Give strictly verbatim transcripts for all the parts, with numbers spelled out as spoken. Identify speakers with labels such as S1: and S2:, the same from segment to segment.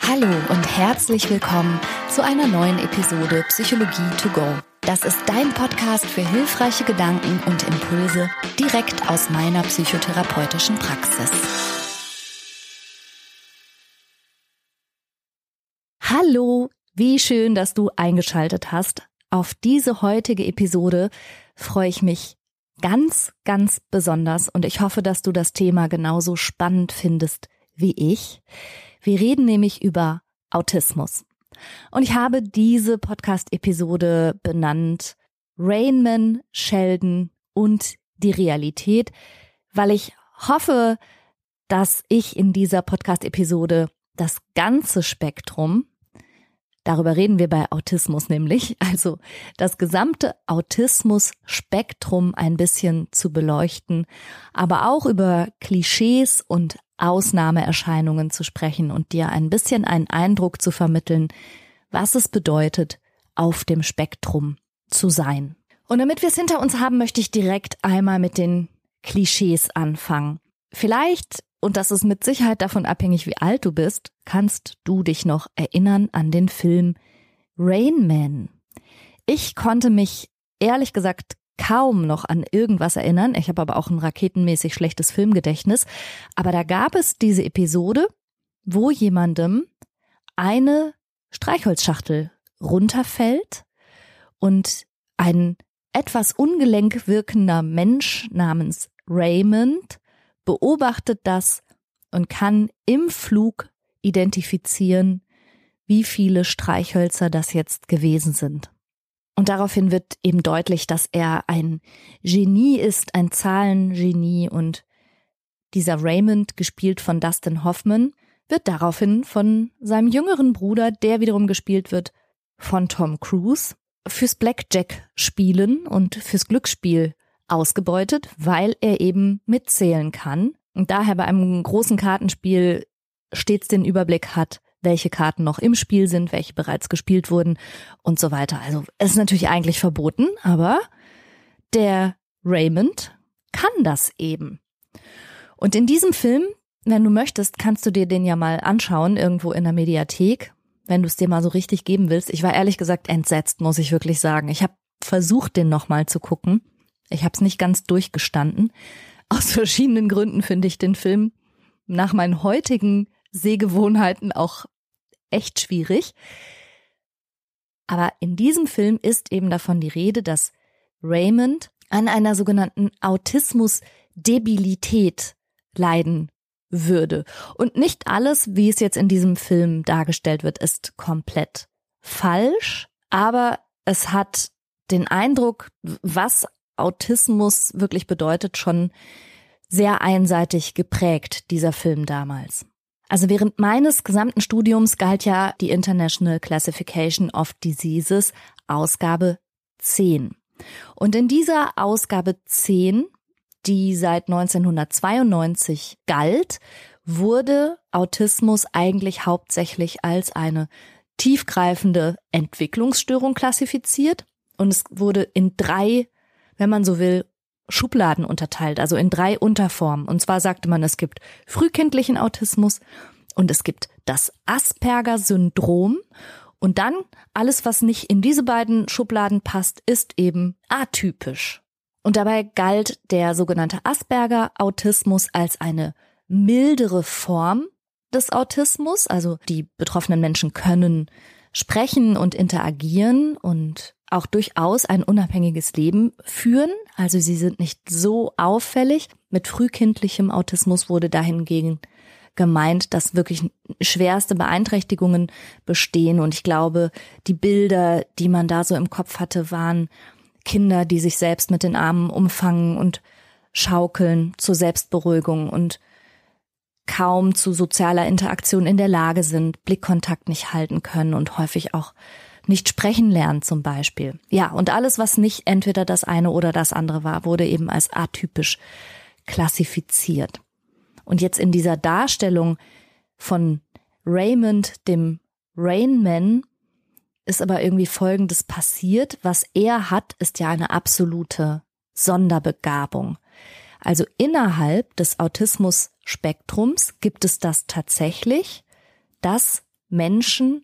S1: Hallo und herzlich willkommen zu einer neuen Episode Psychologie to go. Das ist dein Podcast für hilfreiche Gedanken und Impulse direkt aus meiner psychotherapeutischen Praxis. Hallo, wie schön, dass du eingeschaltet hast. Auf diese heutige Episode freue ich mich ganz, ganz besonders und ich hoffe, dass du das Thema genauso spannend findest wie ich. Wir reden nämlich über Autismus. Und ich habe diese Podcast-Episode benannt Rain Man, Sheldon und die Realität, weil ich hoffe, dass ich in dieser Podcast-Episode das ganze Spektrum, darüber reden wir bei Autismus nämlich, also das gesamte Autismus-Spektrum ein bisschen zu beleuchten, aber auch über Klischees und Ausnahmeerscheinungen zu sprechen und dir ein bisschen einen Eindruck zu vermitteln, was es bedeutet, auf dem Spektrum zu sein. Und damit wir es hinter uns haben, möchte ich direkt einmal mit den Klischees anfangen. Vielleicht, und das ist mit Sicherheit davon abhängig, wie alt du bist, kannst du dich noch erinnern an den Film Rain Man. Ich konnte mich ehrlich gesagt kaum noch an irgendwas erinnern. Ich habe aber auch ein raketenmäßig schlechtes Filmgedächtnis. Aber da gab es diese Episode, wo jemandem eine Streichholzschachtel runterfällt und ein etwas ungelenk wirkender Mensch namens Raymond beobachtet das und kann im Flug identifizieren, wie viele Streichhölzer das jetzt gewesen sind. Und daraufhin wird eben deutlich, dass er ein Genie ist, ein Zahlengenie, und dieser Raymond, gespielt von Dustin Hoffman, wird daraufhin von seinem jüngeren Bruder, der wiederum gespielt wird von Tom Cruise, fürs Blackjack-Spielen und fürs Glücksspiel ausgebeutet, weil er eben mitzählen kann und daher bei einem großen Kartenspiel stets den Überblick hat, welche Karten noch im Spiel sind, welche bereits gespielt wurden und so weiter. Also es ist natürlich eigentlich verboten, aber der Raymond kann das eben. Und in diesem Film, wenn du möchtest, kannst du dir den ja mal anschauen, irgendwo in der Mediathek, wenn du es dir mal so richtig geben willst. Ich war ehrlich gesagt entsetzt, muss ich wirklich sagen. Ich habe versucht, den nochmal zu gucken. Ich habe es nicht ganz durchgestanden. Aus verschiedenen Gründen finde ich den Film nach meinen heutigen Sehgewohnheiten auch echt schwierig. Aber in diesem Film ist eben davon die Rede, dass Raymond an einer sogenannten Autismusdebilität leiden würde. Und nicht alles, wie es jetzt in diesem Film dargestellt wird, ist komplett falsch. Aber es hat den Eindruck, was Autismus wirklich bedeutet, schon sehr einseitig geprägt, dieser Film damals. Also während meines gesamten Studiums galt ja die International Classification of Diseases, Ausgabe zehn. Und in dieser Ausgabe zehn, die seit neunzehnhundertzweiundneunzig galt, wurde Autismus eigentlich hauptsächlich als eine tiefgreifende Entwicklungsstörung klassifiziert. Und es wurde in drei, wenn man so will, Schubladen unterteilt, also in drei Unterformen. Und zwar sagte man, es gibt frühkindlichen Autismus und es gibt das Asperger-Syndrom und dann alles, was nicht in diese beiden Schubladen passt, ist eben atypisch. Und dabei galt der sogenannte Asperger-Autismus als eine mildere Form des Autismus. Also die betroffenen Menschen können sprechen und interagieren und auch durchaus ein unabhängiges Leben führen. Also sie sind nicht so auffällig. Mit frühkindlichem Autismus wurde dahingegen gemeint, dass wirklich schwerste Beeinträchtigungen bestehen. Und ich glaube, die Bilder, die man da so im Kopf hatte, waren Kinder, die sich selbst mit den Armen umfangen und schaukeln zur Selbstberuhigung und kaum zu sozialer Interaktion in der Lage sind, Blickkontakt nicht halten können und häufig auch nicht sprechen lernen zum Beispiel. Ja, und alles, was nicht entweder das eine oder das andere war, wurde eben als atypisch klassifiziert. Und jetzt in dieser Darstellung von Raymond, dem Rain Man, ist aber irgendwie Folgendes passiert. Was er hat, ist ja eine absolute Sonderbegabung. Also innerhalb des Autismus-Spektrums gibt es das tatsächlich, dass Menschen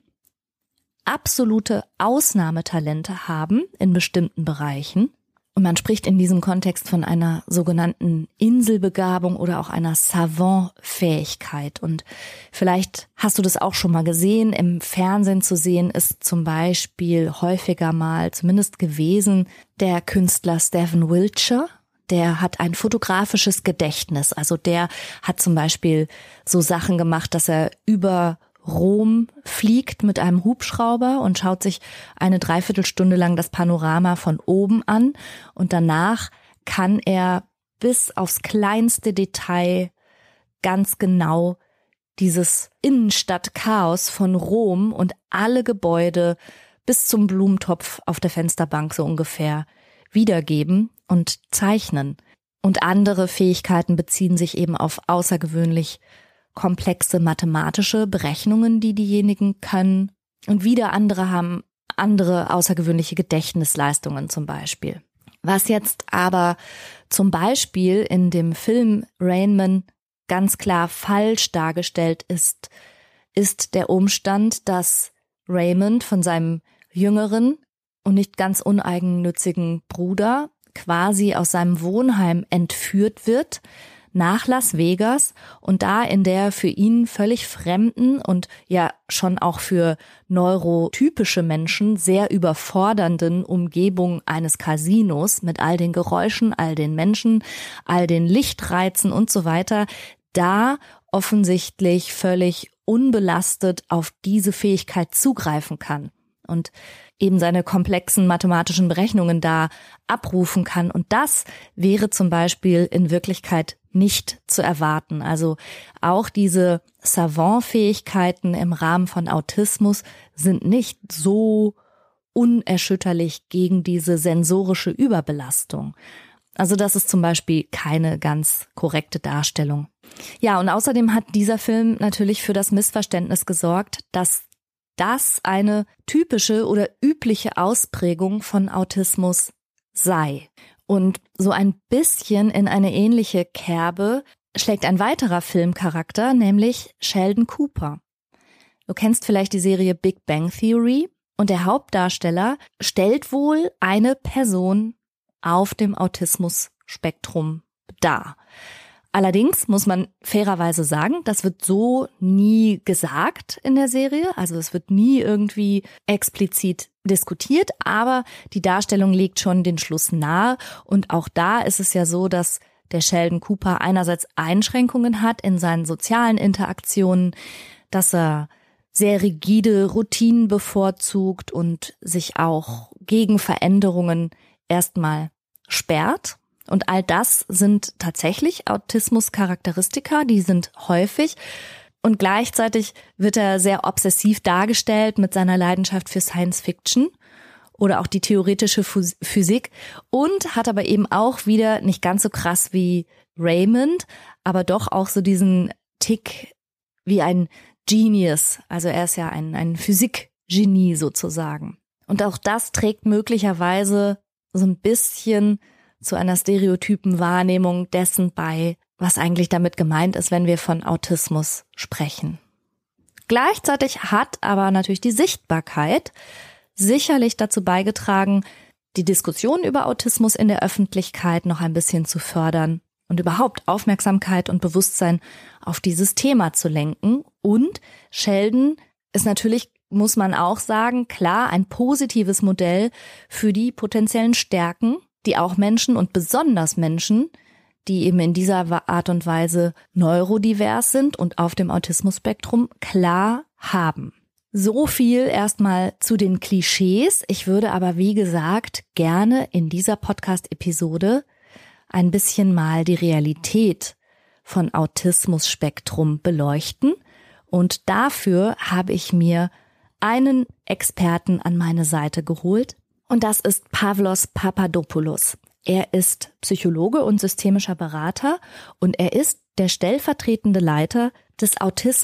S1: absolute Ausnahmetalente haben in bestimmten Bereichen. Und man spricht in diesem Kontext von einer sogenannten Inselbegabung oder auch einer Savant-Fähigkeit. Und vielleicht hast du das auch schon mal gesehen. Im Fernsehen zu sehen ist zum Beispiel häufiger mal, zumindest gewesen, der Künstler Stephen Wiltshire. Der hat ein fotografisches Gedächtnis. Also der hat zum Beispiel so Sachen gemacht, dass er über Rom fliegt mit einem Hubschrauber und schaut sich eine Dreiviertelstunde lang das Panorama von oben an und danach kann er bis aufs kleinste Detail ganz genau dieses Innenstadtchaos von Rom und alle Gebäude bis zum Blumentopf auf der Fensterbank so ungefähr wiedergeben und zeichnen. Und andere Fähigkeiten beziehen sich eben auf außergewöhnlich komplexe mathematische Berechnungen, die diejenigen können. Und wieder andere haben andere außergewöhnliche Gedächtnisleistungen zum Beispiel. Was jetzt aber zum Beispiel in dem Film Rain Man ganz klar falsch dargestellt ist, ist der Umstand, dass Raymond von seinem jüngeren und nicht ganz uneigennützigen Bruder quasi aus seinem Wohnheim entführt wird, nach Las Vegas und da in der für ihn völlig fremden und ja schon auch für neurotypische Menschen sehr überfordernden Umgebung eines Casinos mit all den Geräuschen, all den Menschen, all den Lichtreizen und so weiter, da offensichtlich völlig unbelastet auf diese Fähigkeit zugreifen kann und eben seine komplexen mathematischen Berechnungen da abrufen kann. Und das wäre zum Beispiel in Wirklichkeit nicht zu erwarten. Also auch diese Savant-Fähigkeiten im Rahmen von Autismus sind nicht so unerschütterlich gegen diese sensorische Überbelastung. Also das ist zum Beispiel keine ganz korrekte Darstellung. Ja, und außerdem hat dieser Film natürlich für das Missverständnis gesorgt, dass das eine typische oder übliche Ausprägung von Autismus sei. Und so ein bisschen in eine ähnliche Kerbe schlägt ein weiterer Filmcharakter, nämlich Sheldon Cooper. Du kennst vielleicht die Serie Big Bang Theory und der Hauptdarsteller stellt wohl eine Person auf dem Autismus-Spektrum dar. Allerdings muss man fairerweise sagen, das wird so nie gesagt in der Serie, also es wird nie irgendwie explizit diskutiert, aber die Darstellung legt schon den Schluss nahe und auch da ist es ja so, dass der Sheldon Cooper einerseits Einschränkungen hat in seinen sozialen Interaktionen, dass er sehr rigide Routinen bevorzugt und sich auch gegen Veränderungen erstmal sperrt. Und all das sind tatsächlich Autismus-Charakteristika, die sind häufig. Und gleichzeitig wird er sehr obsessiv dargestellt mit seiner Leidenschaft für Science Fiction oder auch die theoretische Physik und hat aber eben auch wieder nicht ganz so krass wie Raymond, aber doch auch so diesen Tick wie ein Genius. Also er ist ja ein, ein Physikgenie sozusagen. Und auch das trägt möglicherweise so ein bisschen zu einer stereotypen Wahrnehmung dessen bei, was eigentlich damit gemeint ist, wenn wir von Autismus sprechen. Gleichzeitig hat aber natürlich die Sichtbarkeit sicherlich dazu beigetragen, die Diskussion über Autismus in der Öffentlichkeit noch ein bisschen zu fördern und überhaupt Aufmerksamkeit und Bewusstsein auf dieses Thema zu lenken. Und Sheldon ist natürlich, muss man auch sagen, klar ein positives Modell für die potenziellen Stärken, die auch Menschen und besonders Menschen, die eben in dieser Art und Weise neurodivers sind und auf dem Autismus-Spektrum klar haben. So viel erstmal zu den Klischees. Ich würde aber, wie gesagt, gerne in dieser Podcast-Episode ein bisschen mal die Realität von Autismus-Spektrum beleuchten. Und dafür habe ich mir einen Experten an meine Seite geholt. Und das ist Pavlos Papadopoulos. Er ist Psychologe und systemischer Berater und er ist der stellvertretende Leiter des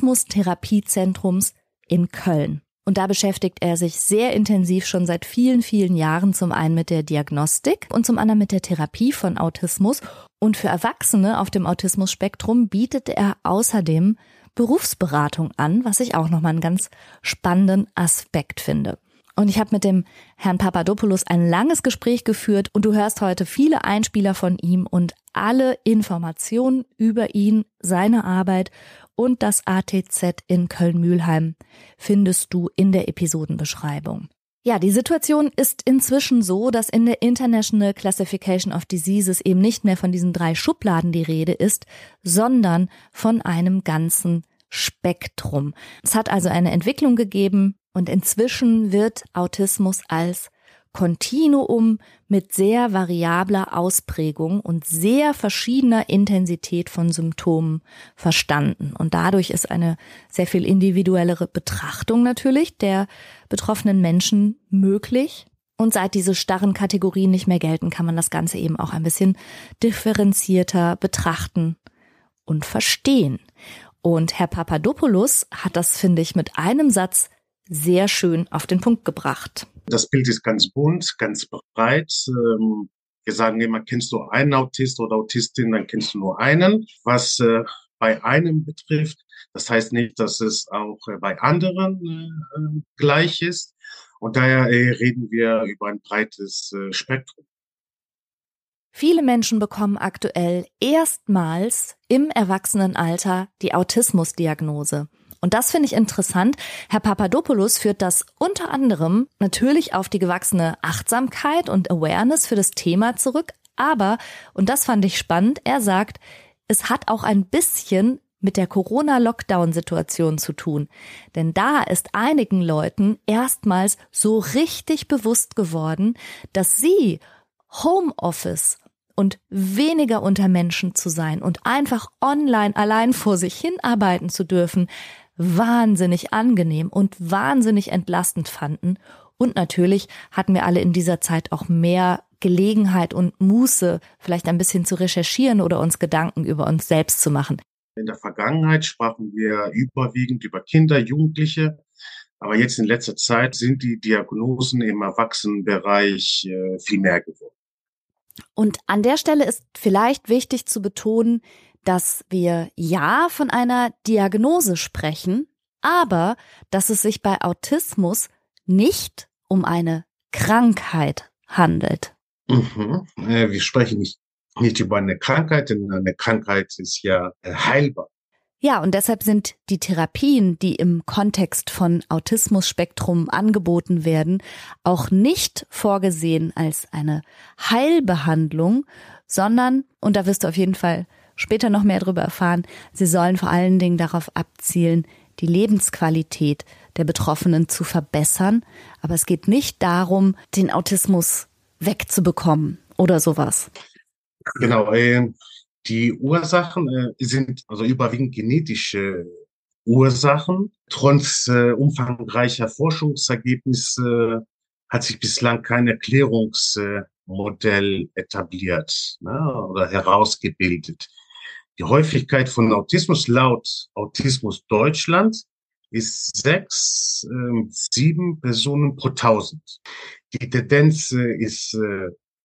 S1: Autismus-Therapiezentrums in Köln. Und da beschäftigt er sich sehr intensiv schon seit vielen, vielen Jahren zum einen mit der Diagnostik und zum anderen mit der Therapie von Autismus. Und für Erwachsene auf dem Autismus-Spektrum bietet er außerdem Berufsberatung an, was ich auch nochmal einen ganz spannenden Aspekt finde. Und ich habe mit dem Herrn Papadopoulos ein langes Gespräch geführt und du hörst heute viele Einspieler von ihm und alle Informationen über ihn, seine Arbeit und das A T Z in Köln-Mülheim findest du in der Episodenbeschreibung. Ja, die Situation ist inzwischen so, dass in der International Classification of Diseases eben nicht mehr von diesen drei Schubladen die Rede ist, sondern von einem ganzen Spektrum. Es hat also eine Entwicklung gegeben und inzwischen wird Autismus als Kontinuum mit sehr variabler Ausprägung und sehr verschiedener Intensität von Symptomen verstanden. Und dadurch ist eine sehr viel individuellere Betrachtung natürlich der betroffenen Menschen möglich. Und seit diese starren Kategorien nicht mehr gelten, kann man das Ganze eben auch ein bisschen differenzierter betrachten und verstehen. Und Herr Papadopoulos hat das, finde ich, mit einem Satz sehr schön auf den Punkt gebracht.
S2: Das Bild ist ganz bunt, ganz breit. Wir sagen immer, kennst du einen Autist oder Autistin, dann kennst du nur einen. Was bei einem betrifft, das heißt nicht, dass es auch bei anderen gleich ist. Und daher reden wir über ein breites Spektrum.
S1: Viele Menschen bekommen aktuell erstmals im Erwachsenenalter die Autismusdiagnose. Und das finde ich interessant. Herr Papadopoulos führt das unter anderem natürlich auf die gewachsene Achtsamkeit und Awareness für das Thema zurück. Aber, und das fand ich spannend, er sagt, es hat auch ein bisschen mit der Corona-Lockdown-Situation zu tun. Denn da ist einigen Leuten erstmals so richtig bewusst geworden, dass sie Homeoffice und weniger unter Menschen zu sein und einfach online allein vor sich hin arbeiten zu dürfen, wahnsinnig angenehm und wahnsinnig entlastend fanden. Und natürlich hatten wir alle in dieser Zeit auch mehr Gelegenheit und Muße, vielleicht ein bisschen zu recherchieren oder uns Gedanken über uns selbst zu machen.
S2: In der Vergangenheit sprachen wir überwiegend über Kinder, Jugendliche. Aber jetzt in letzter Zeit sind die Diagnosen im Erwachsenenbereich äh, viel mehr geworden.
S1: Und an der Stelle ist vielleicht wichtig zu betonen, dass wir ja von einer Diagnose sprechen, aber dass es sich bei Autismus nicht um eine Krankheit handelt.
S2: Mhm. Äh, wir sprechen nicht, nicht über eine Krankheit, denn eine Krankheit ist ja äh, heilbar.
S1: Ja, und deshalb sind die Therapien, die im Kontext von Autismus-Spektrum angeboten werden, auch nicht vorgesehen als eine Heilbehandlung, sondern, und da wirst du auf jeden Fall später noch mehr darüber erfahren, sie sollen vor allen Dingen darauf abzielen, die Lebensqualität der Betroffenen zu verbessern. Aber es geht nicht darum, den Autismus wegzubekommen oder sowas.
S2: Genau, äh, die Ursachen äh, sind also überwiegend genetische Ursachen. Trotz äh, umfangreicher Forschungsergebnisse äh, hat sich bislang kein Erklärungsmodell äh, etabliert, ne, oder herausgebildet. Die Häufigkeit von Autismus laut Autismus Deutschland ist sechs, äh, sieben Personen pro tausend. Die Tendenz äh, ist äh,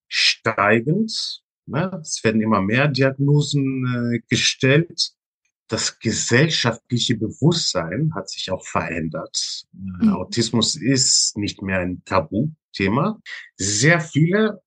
S2: steigend. Ne? Es werden immer mehr Diagnosen äh, gestellt. Das gesellschaftliche Bewusstsein hat sich auch verändert. Mhm. Autismus ist nicht mehr ein Tabuthema. Sehr viele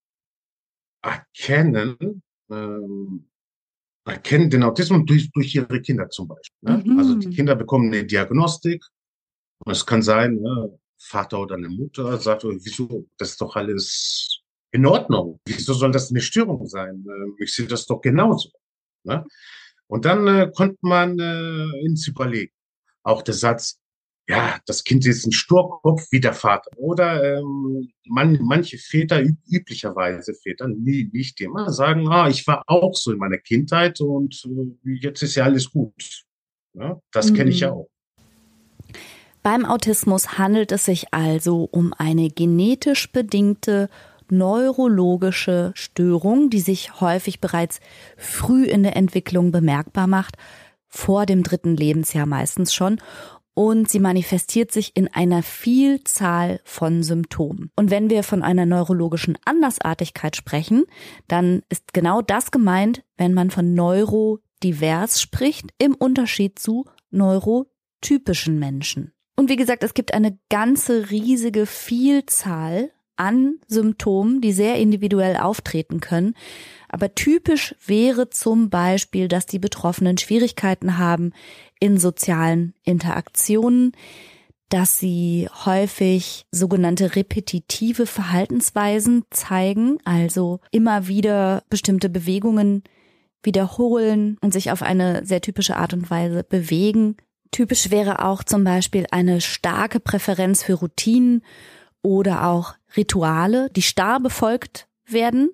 S2: erkennen, ähm, erkennen den Autismus durch, durch ihre Kinder zum Beispiel. Ne? Mhm. Also die Kinder bekommen eine Diagnostik. Und es kann sein, ne, Vater oder eine Mutter sagt, oh, wieso, das ist doch alles in Ordnung. Wieso soll das eine Störung sein? Ich sehe das doch genauso. Ne? Und dann äh, konnte man äh, ins Überlegen. Auch der Satz, ja, das Kind ist ein Sturkopf wie der Vater. Oder ähm, man, manche Väter, üb üblicherweise Väter, nie, nicht immer, sagen, ah, ich war auch so in meiner Kindheit und äh, jetzt ist ja alles gut. Ja, das mhm. kenne ich ja auch.
S1: Beim Autismus handelt es sich also um eine genetisch bedingte neurologische Störung, die sich häufig bereits früh in der Entwicklung bemerkbar macht, vor dem dritten Lebensjahr meistens schon. Und sie manifestiert sich in einer Vielzahl von Symptomen. Und wenn wir von einer neurologischen Andersartigkeit sprechen, dann ist genau das gemeint, wenn man von neurodivers spricht, im Unterschied zu neurotypischen Menschen. Und wie gesagt, es gibt eine ganze riesige Vielzahl an Symptomen, die sehr individuell auftreten können. Aber typisch wäre zum Beispiel, dass die Betroffenen Schwierigkeiten haben in sozialen Interaktionen, dass sie häufig sogenannte repetitive Verhaltensweisen zeigen, also immer wieder bestimmte Bewegungen wiederholen und sich auf eine sehr typische Art und Weise bewegen. Typisch wäre auch zum Beispiel eine starke Präferenz für Routinen oder auch Rituale, die starr befolgt werden.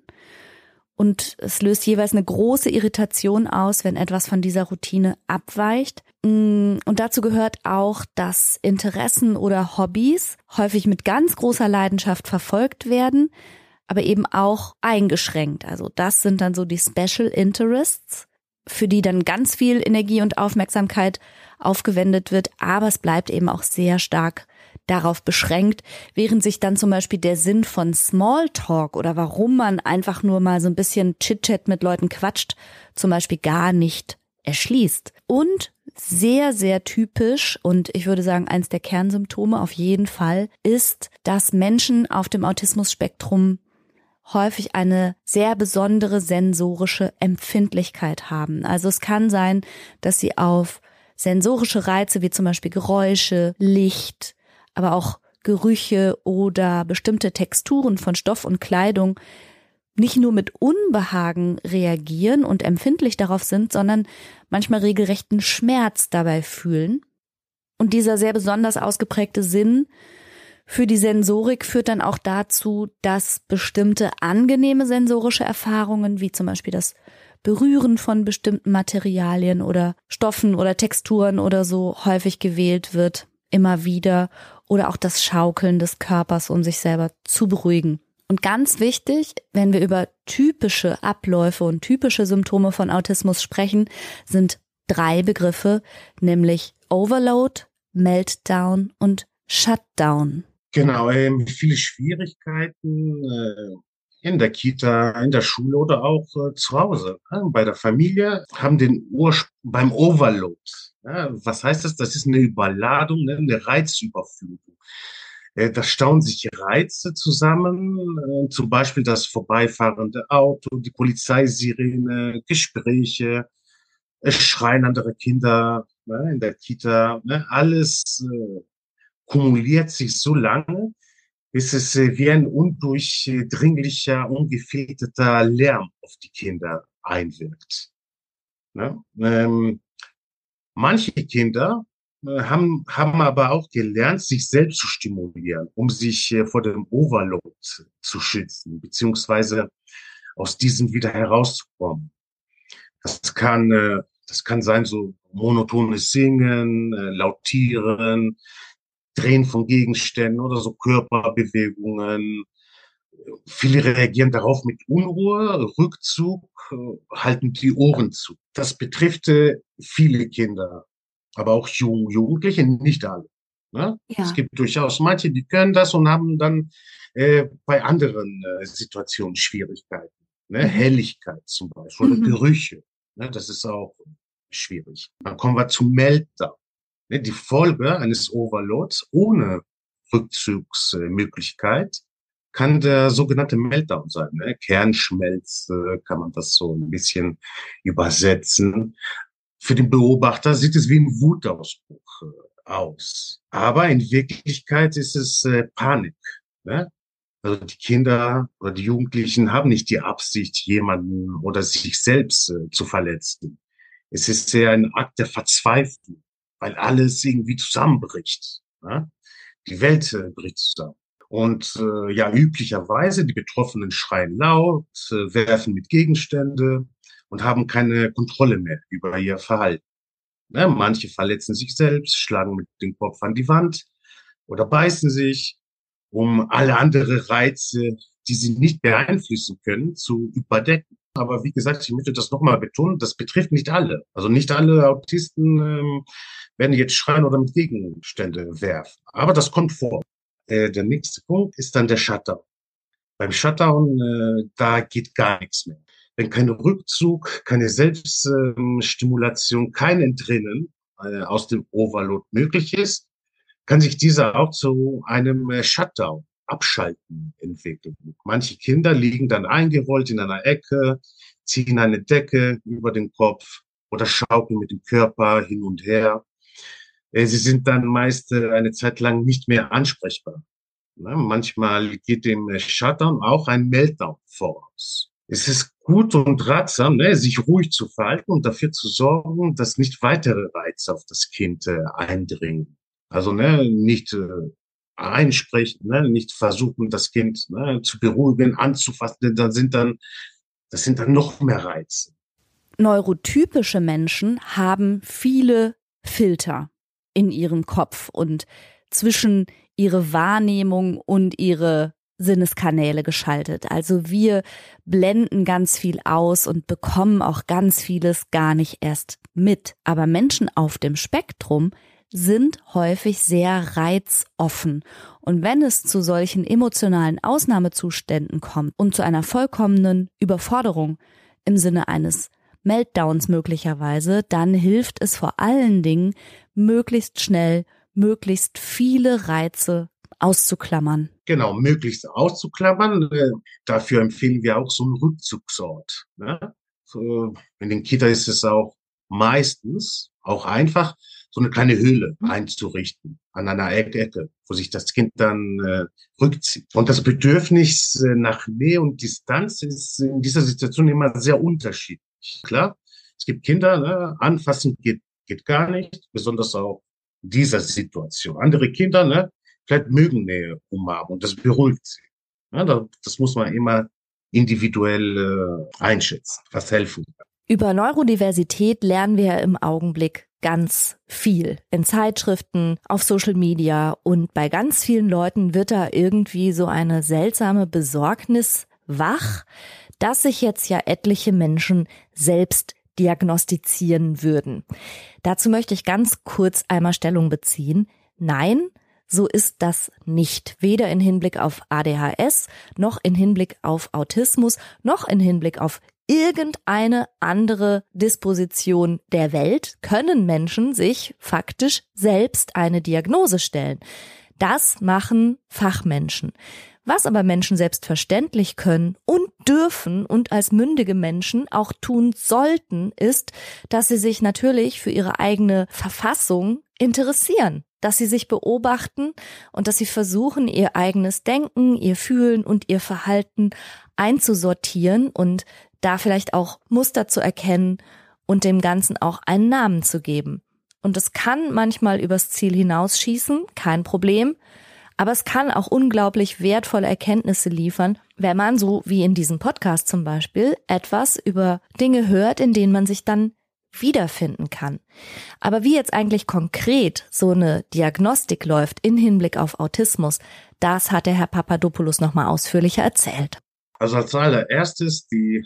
S1: Und es löst jeweils eine große Irritation aus, wenn etwas von dieser Routine abweicht. Und dazu gehört auch, dass Interessen oder Hobbys häufig mit ganz großer Leidenschaft verfolgt werden, aber eben auch eingeschränkt. Also das sind dann so die Special Interests, für die dann ganz viel Energie und Aufmerksamkeit aufgewendet wird, aber es bleibt eben auch sehr stark darauf beschränkt, während sich dann zum Beispiel der Sinn von Smalltalk oder warum man einfach nur mal so ein bisschen Chit-Chat mit Leuten quatscht, zum Beispiel gar nicht erschließt. Und sehr, sehr typisch und ich würde sagen, eins der Kernsymptome auf jeden Fall ist, dass Menschen auf dem Autismus-Spektrum häufig eine sehr besondere sensorische Empfindlichkeit haben. Also es kann sein, dass sie auf sensorische Reize wie zum Beispiel Geräusche, Licht, aber auch Gerüche oder bestimmte Texturen von Stoff und Kleidung nicht nur mit Unbehagen reagieren und empfindlich darauf sind, sondern manchmal regelrechten Schmerz dabei fühlen. Und dieser sehr besonders ausgeprägte Sinn für die Sensorik führt dann auch dazu, dass bestimmte angenehme sensorische Erfahrungen, wie zum Beispiel das Berühren von bestimmten Materialien oder Stoffen oder Texturen oder so häufig gewählt wird, immer wieder, oder auch das Schaukeln des Körpers, um sich selber zu beruhigen. Und ganz wichtig, wenn wir über typische Abläufe und typische Symptome von Autismus sprechen, sind drei Begriffe, nämlich Overload, Meltdown und Shutdown.
S2: Genau, ähm, viele Schwierigkeiten äh, in der Kita, in der Schule oder auch äh, zu Hause. Ja, bei der Familie haben den Ursprung beim Overload. Ja, was heißt das? Das ist eine Überladung, ne, eine Reizüberflutung. Äh, da stauen sich Reize zusammen, äh, zum Beispiel das vorbeifahrende Auto, die Polizeisirene, Gespräche, äh, Schreien anderer Kinder, ne, in der Kita, ne, alles äh, kumuliert sich so lange, bis es äh, wie ein undurchdringlicher, ungefilterter Lärm auf die Kinder einwirkt. Ne? Ähm, manche Kinder äh, haben, haben aber auch gelernt, sich selbst zu stimulieren, um sich äh, vor dem Overload zu schützen, beziehungsweise aus diesem wieder herauszukommen. Das kann, äh, das kann sein, so monotones Singen, äh, Lautieren, Drehen von Gegenständen oder so Körperbewegungen. Viele reagieren darauf mit Unruhe, Rückzug, äh, halten die Ohren zu. Das betrifft äh, viele Kinder, aber auch Jugend Jugendliche, nicht alle. Ne?
S1: Ja.
S2: Es gibt durchaus manche, die können das und haben dann äh, bei anderen äh, Situationen Schwierigkeiten. Ne? Mhm. Helligkeit zum Beispiel oder mhm. Gerüche. Ne? Das ist auch schwierig. Dann kommen wir zum Meltdown. Die Folge eines Overloads ohne Rückzugsmöglichkeit kann der sogenannte Meltdown sein. Ne? Kernschmelz äh, kann man das so ein bisschen übersetzen. Für den Beobachter sieht es wie ein Wutausbruch äh, aus. Aber in Wirklichkeit ist es äh, Panik. Ne? Also die Kinder oder die Jugendlichen haben nicht die Absicht, jemanden oder sich selbst äh, zu verletzen. Es ist eher ein Akt der Verzweiflung, weil alles irgendwie zusammenbricht. Ja? Die Welt äh, bricht zusammen. Und äh, ja, üblicherweise, die Betroffenen schreien laut, äh, werfen mit Gegenstände und haben keine Kontrolle mehr über ihr Verhalten. Ja, manche verletzen sich selbst, schlagen mit dem Kopf an die Wand oder beißen sich, um alle andere Reize, die sie nicht beeinflussen können, zu überdecken. Aber wie gesagt, ich möchte das nochmal betonen, das betrifft nicht alle. Also nicht alle Autisten ähm, werden jetzt schreien oder mit Gegenstände werfen. Aber das kommt vor. Äh, der nächste Punkt ist dann der Shutdown. Beim Shutdown, äh, da geht gar nichts mehr. Wenn kein Rückzug, keine Selbststimulation, kein Entrinnen, äh, aus dem Overload möglich ist, kann sich dieser auch zu einem äh, Shutdown, Abschalten entwickeln. Manche Kinder liegen dann eingerollt in einer Ecke, ziehen eine Decke über den Kopf oder schaukeln mit dem Körper hin und her. Äh, sie sind dann meist äh, eine Zeit lang nicht mehr ansprechbar. Ne? Manchmal geht dem äh, Shutdown auch ein Meltdown voraus. Es ist gut und ratsam, ne, sich ruhig zu verhalten und dafür zu sorgen, dass nicht weitere Reize auf das Kind äh, eindringen. Also ne, nicht äh, einsprechen, ne, nicht versuchen, das Kind ne, zu beruhigen, anzufassen, denn dann sind dann, das sind dann noch mehr Reize.
S1: Neurotypische Menschen haben viele Filter in ihrem Kopf und zwischen ihre Wahrnehmung und ihre Sinneskanäle geschaltet. Also wir blenden ganz viel aus und bekommen auch ganz vieles gar nicht erst mit. Aber Menschen auf dem Spektrum sind häufig sehr reizoffen. Und wenn es zu solchen emotionalen Ausnahmezuständen kommt und zu einer vollkommenen Überforderung im Sinne eines Meltdowns möglicherweise, dann hilft es vor allen Dingen, möglichst schnell, möglichst viele Reize auszuklammern.
S2: Genau, möglichst auszuklammern. Äh, dafür empfehlen wir auch so einen Rückzugsort. Ne? So, in den Kitas ist es auch meistens auch einfach, so eine kleine Höhle einzurichten an einer Ecke, wo sich das Kind dann äh, rückzieht. Und das Bedürfnis äh, nach Nähe und Distanz ist in dieser Situation immer sehr unterschiedlich. Klar, es gibt Kinder, ne, anfassen geht, geht gar nicht, besonders auch in dieser Situation. Andere Kinder, ne, vielleicht mögen Nähe umarmen und das beruhigt sie. Ja, das muss man immer individuell äh, einschätzen, was helfen kann.
S1: Über Neurodiversität lernen wir im Augenblick ganz viel. In Zeitschriften, auf Social Media und bei ganz vielen Leuten wird da irgendwie so eine seltsame Besorgnis wach, dass sich jetzt ja etliche Menschen selbst diagnostizieren würden. Dazu möchte ich ganz kurz einmal Stellung beziehen. Nein, so ist das nicht. Weder in Hinblick auf A D H S, noch in Hinblick auf Autismus, noch in Hinblick auf irgendeine andere Disposition der Welt können Menschen sich faktisch selbst eine Diagnose stellen. Das machen Fachmenschen. Was aber Menschen selbstverständlich können und dürfen und als mündige Menschen auch tun sollten, ist, dass sie sich natürlich für ihre eigene Verfassung interessieren, dass sie sich beobachten und dass sie versuchen, ihr eigenes Denken, ihr Fühlen und ihr Verhalten einzusortieren und da vielleicht auch Muster zu erkennen und dem Ganzen auch einen Namen zu geben. Und es kann manchmal übers Ziel hinausschießen, kein Problem, aber es kann auch unglaublich wertvolle Erkenntnisse liefern, wenn man, so wie in diesem Podcast zum Beispiel, etwas über Dinge hört, in denen man sich dann wiederfinden kann. Aber wie jetzt eigentlich konkret so eine Diagnostik läuft in Hinblick auf Autismus, das hat der Herr Papadopoulos nochmal ausführlicher erzählt.
S2: Also als allererstes, die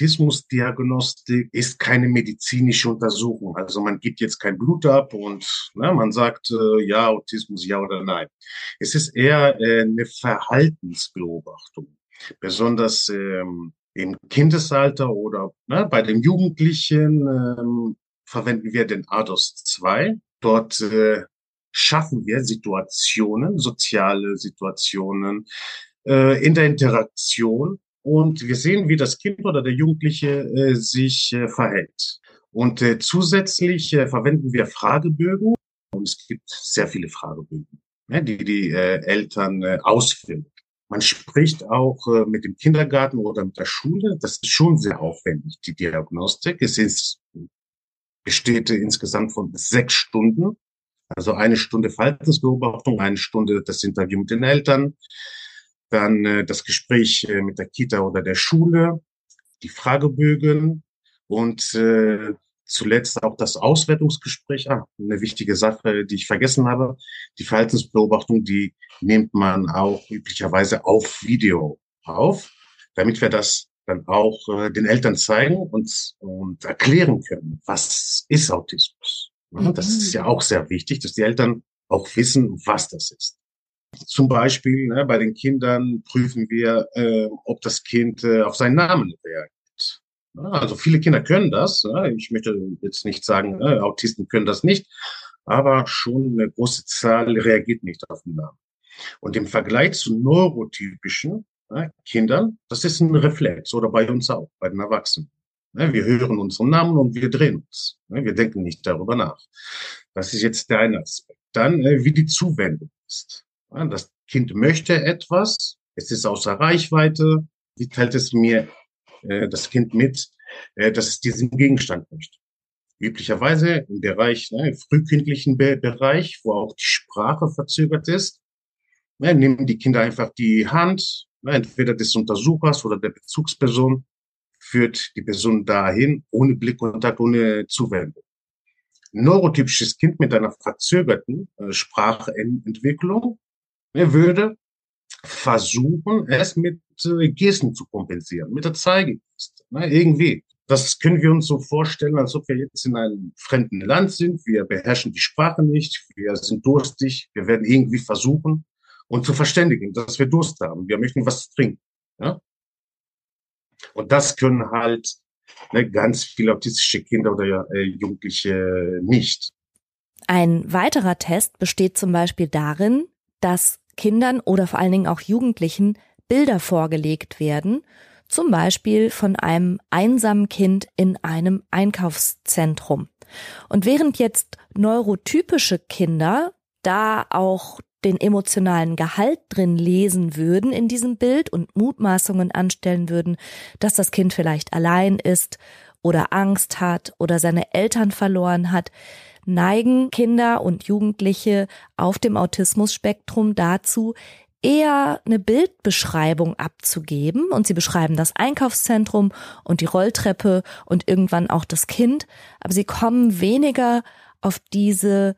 S2: Autismusdiagnostik ist keine medizinische Untersuchung. Also man gibt jetzt kein Blut ab und ne, man sagt, äh, ja, Autismus, ja oder nein. Es ist eher äh, eine Verhaltensbeobachtung, besonders ähm, im Kindesalter oder ne, bei den Jugendlichen ähm, verwenden wir den A D O S zwei. Dort äh, schaffen wir Situationen, soziale Situationen, in der Interaktion und wir sehen, wie das Kind oder der Jugendliche äh, sich äh, verhält. Und äh, zusätzlich äh, verwenden wir Fragebögen und es gibt sehr viele Fragebögen, ne, die die äh, Eltern äh, ausfüllen. Man spricht auch äh, mit dem Kindergarten oder mit der Schule. Das ist schon sehr aufwendig, die Diagnostik. Es ist, besteht äh, insgesamt von sechs Stunden, also eine Stunde Verhaltensbeobachtung, eine Stunde das Interview mit den Eltern, dann äh, das Gespräch äh, mit der Kita oder der Schule, die Fragebögen und äh, zuletzt auch das Auswertungsgespräch. Ah, eine wichtige Sache, die ich vergessen habe, die Verhaltensbeobachtung, die nimmt man auch üblicherweise auf Video auf, damit wir das dann auch äh, den Eltern zeigen und, und erklären können, was ist Autismus. Ja, das ist ja auch sehr wichtig, dass die Eltern auch wissen, was das ist. Zum Beispiel ne, bei den Kindern prüfen wir, äh, ob das Kind äh, auf seinen Namen reagiert. Also viele Kinder können das. Ich möchte jetzt nicht sagen, Autisten können das nicht, aber schon eine große Zahl reagiert nicht auf den Namen. Und im Vergleich zu neurotypischen Kindern, das ist ein Reflex oder bei uns auch, bei den Erwachsenen. Wir hören unseren Namen und wir drehen uns. Wir denken nicht darüber nach. Das ist jetzt der eine Aspekt. Dann, wie die Zuwendung ist. Das Kind möchte etwas, es ist außer Reichweite. Wie teilt es mir das Kind mit, dass es diesen Gegenstand möchte? Üblicherweise im Bereich, ne, im frühkindlichen Be- Bereich, wo auch die Sprache verzögert ist, ne, nehmen die Kinder einfach die Hand, ne, entweder des Untersuchers oder der Bezugsperson, führt die Person dahin, ohne Blickkontakt, ohne Zuwendung. Ein neurotypisches Kind mit einer verzögerten äh, Sprachentwicklung ne, würde versuchen, es mit äh, Gesten zu kompensieren, mit der Zeigegeste, ne, irgendwie. Das können wir uns so vorstellen, als ob wir jetzt in einem fremden Land sind. Wir beherrschen die Sprache nicht, wir sind durstig, wir werden irgendwie versuchen, uns zu verständigen, dass wir Durst haben. Wir möchten was trinken. Ja? Und das können halt ne, ganz viele autistische Kinder oder äh, Jugendliche nicht.
S1: Ein weiterer Test besteht zum Beispiel darin, dass Kindern oder vor allen Dingen auch Jugendlichen Bilder vorgelegt werden, zum Beispiel von einem einsamen Kind in einem Einkaufszentrum. Und während jetzt neurotypische Kinder da auch den emotionalen Gehalt drin lesen würden in diesem Bild und Mutmaßungen anstellen würden, dass das Kind vielleicht allein ist oder Angst hat oder seine Eltern verloren hat, neigen Kinder und Jugendliche auf dem Autismus-Spektrum dazu, eher eine Bildbeschreibung abzugeben, und sie beschreiben das Einkaufszentrum und die Rolltreppe und irgendwann auch das Kind, aber sie kommen weniger auf diese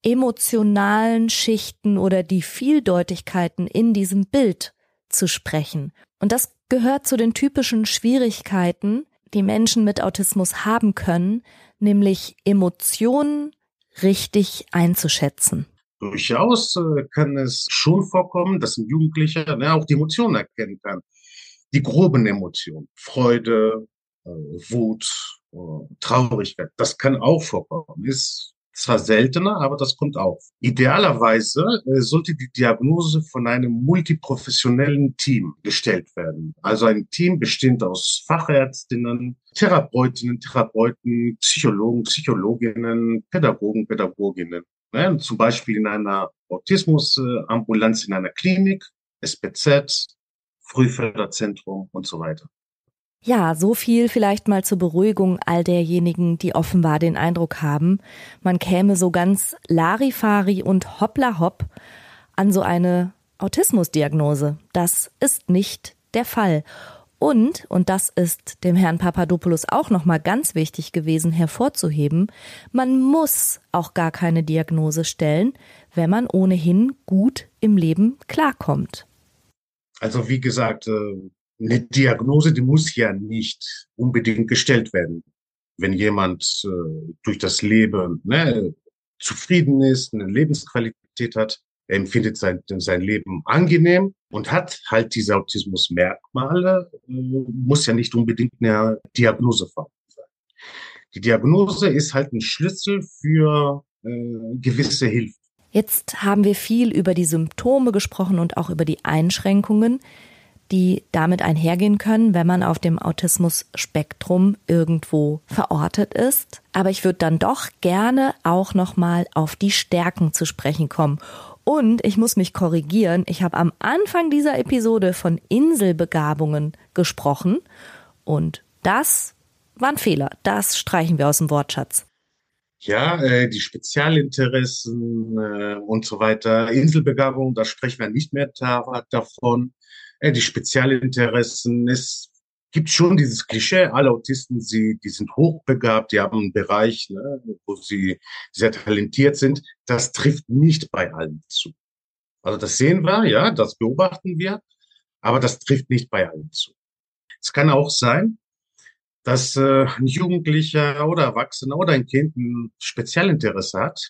S1: emotionalen Schichten oder die Vieldeutigkeiten in diesem Bild zu sprechen. Und das gehört zu den typischen Schwierigkeiten, die Menschen mit Autismus haben können, nämlich Emotionen richtig einzuschätzen.
S2: Durchaus äh, kann es schon vorkommen, dass ein Jugendlicher ne, auch die Emotionen erkennen kann. Die groben Emotionen, Freude, äh, Wut, äh, Traurigkeit, das kann auch vorkommen. Ist zwar seltener, aber das kommt auch. Idealerweise äh, sollte die Diagnose von einem multiprofessionellen Team gestellt werden. Also ein Team bestehend aus Fachärztinnen, Therapeutinnen, Therapeuten, Psychologen, Psychologinnen, Pädagogen, Pädagoginnen. Ne, zum Beispiel in einer Autismusambulanz, in einer Klinik, S P Z, Frühförderzentrum und so weiter.
S1: Ja, so viel vielleicht mal zur Beruhigung all derjenigen, die offenbar den Eindruck haben, man käme so ganz Larifari und hoppla hopp an so eine Autismusdiagnose. Das ist nicht der Fall. Und, und das ist dem Herrn Papadopoulos auch nochmal ganz wichtig gewesen hervorzuheben, man muss auch gar keine Diagnose stellen, wenn man ohnehin gut im Leben klarkommt.
S2: Also wie gesagt, eine Diagnose, die muss ja nicht unbedingt gestellt werden. Wenn jemand durch das Leben ne, zufrieden ist, eine Lebensqualität hat, er empfindet sein, sein Leben angenehm und hat halt diese Autismusmerkmale, muss ja nicht unbedingt eine Diagnose vorhanden sein. Die Diagnose ist halt ein Schlüssel für äh, gewisse Hilfe.
S1: Jetzt haben wir viel über die Symptome gesprochen und auch über die Einschränkungen, die damit einhergehen können, wenn man auf dem Autismus-Spektrum irgendwo verortet ist. Aber ich würde dann doch gerne auch nochmal auf die Stärken zu sprechen kommen. Und ich muss mich korrigieren, ich habe am Anfang dieser Episode von Inselbegabungen gesprochen und das war ein Fehler. Das streichen wir aus dem Wortschatz.
S2: Ja, äh, die Spezialinteressen äh, und so weiter, Inselbegabung, da sprechen wir nicht mehr da, davon. Äh, die Spezialinteressen, es gibt schon dieses Klischee, alle Autisten, sie, die sind hochbegabt, die haben einen Bereich, ne, wo sie sehr talentiert sind. Das trifft nicht bei allen zu. Also das sehen wir, ja, das beobachten wir, aber das trifft nicht bei allen zu. Es kann auch sein, dass äh, ein Jugendlicher oder Erwachsener oder ein Kind ein Spezialinteresse hat,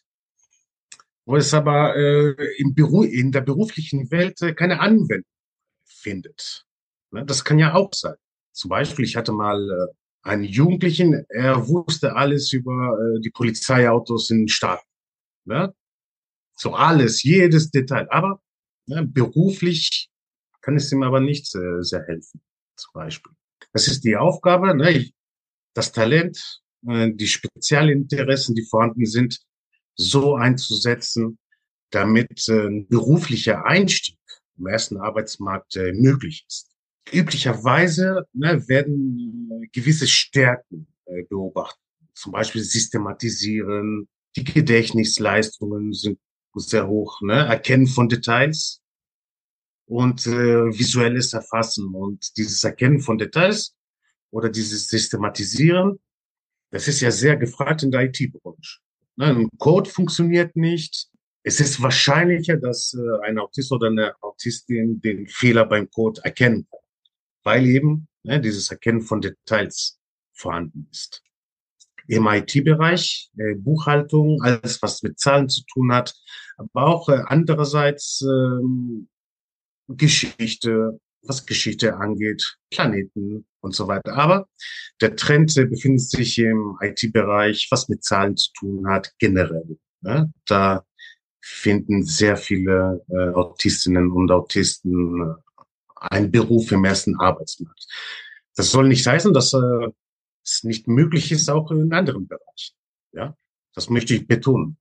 S2: wo es aber äh, im Büro, in der beruflichen Welt äh, keine Anwendung findet. Ne? Das kann ja auch sein. Zum Beispiel, ich hatte mal äh, einen Jugendlichen, er wusste alles über äh, die Polizeiautos in den Staaten. Ne? So alles, jedes Detail. Aber ne, beruflich kann es ihm aber nicht äh, sehr helfen, zum Beispiel. Das ist die Aufgabe, ne? Das Talent, äh, die Spezialinteressen, die vorhanden sind, so einzusetzen, damit äh, ein beruflicher Einstieg im ersten Arbeitsmarkt äh, möglich ist. Üblicherweise ne, werden äh, gewisse Stärken äh, beobachtet. Zum Beispiel systematisieren, die Gedächtnisleistungen sind sehr hoch, ne? Erkennen von Details und äh, visuelles Erfassen. Und dieses Erkennen von Details oder dieses Systematisieren, das ist ja sehr gefragt in der I T-Branche. Ne, ein Code funktioniert nicht. Es ist wahrscheinlicher, dass äh, ein Autist oder eine Autistin den Fehler beim Code erkennen kann, weil eben ne, dieses Erkennen von Details vorhanden ist. Im I T-Bereich, äh, Buchhaltung, alles, was mit Zahlen zu tun hat, aber auch äh, andererseits ähm, Geschichte, was Geschichte angeht, Planeten und so weiter. Aber der Trend äh, befindet sich im I T-Bereich, was mit Zahlen zu tun hat, generell. Ne? Da finden sehr viele äh, Autistinnen und Autisten äh, einen Beruf im ersten Arbeitsmarkt. Das soll nicht heißen, dass äh, es nicht möglich ist, auch in anderen Bereichen. Ja, das möchte ich betonen.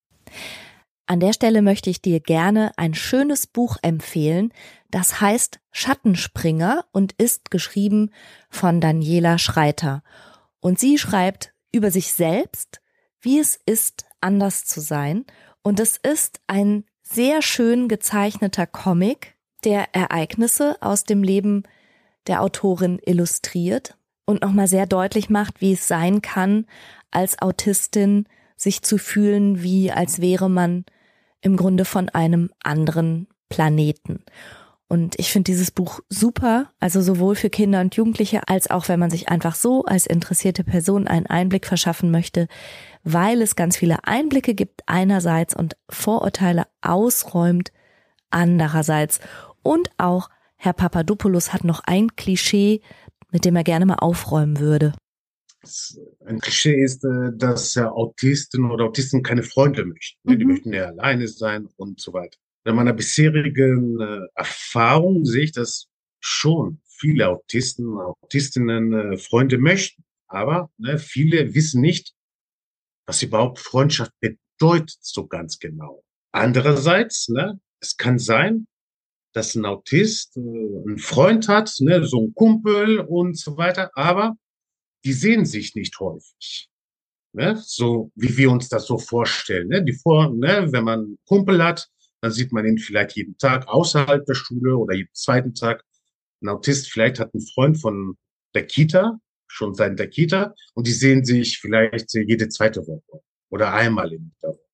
S1: An der Stelle möchte ich dir gerne ein schönes Buch empfehlen. Das heißt Schattenspringer und ist geschrieben von Daniela Schreiter. Und sie schreibt über sich selbst, wie es ist, anders zu sein. Und es ist ein sehr schön gezeichneter Comic, der Ereignisse aus dem Leben der Autorin illustriert und nochmal sehr deutlich macht, wie es sein kann, als Autistin sich zu fühlen, wie als wäre man im Grunde von einem anderen Planeten. Und ich finde dieses Buch super, also sowohl für Kinder und Jugendliche, als auch wenn man sich einfach so als interessierte Person einen Einblick verschaffen möchte, weil es ganz viele Einblicke gibt einerseits und Vorurteile ausräumt andererseits. Und auch Herr Papadopoulos hat noch ein Klischee, mit dem er gerne mal aufräumen würde.
S2: Ein Klischee ist, dass Autisten oder Autisten keine Freunde möchten. Mhm. Die möchten ja alleine sein und so weiter. In meiner bisherigen Erfahrung sehe ich, dass schon viele Autisten, Autistinnen Freunde möchten. Aber ne, viele wissen nicht, was überhaupt Freundschaft bedeutet so ganz genau. Andererseits, ne, es kann sein, dass ein Autist äh, einen Freund hat, ne, so ein Kumpel und so weiter, aber die sehen sich nicht häufig, ne, so wie wir uns das so vorstellen. Ne, die vor, ne, wenn man einen Kumpel hat, dann sieht man ihn vielleicht jeden Tag außerhalb der Schule oder jeden zweiten Tag. Ein Autist vielleicht hat einen Freund von der Kita, schon seit der Kita, und die sehen sich vielleicht jede zweite Woche oder einmal in der Woche.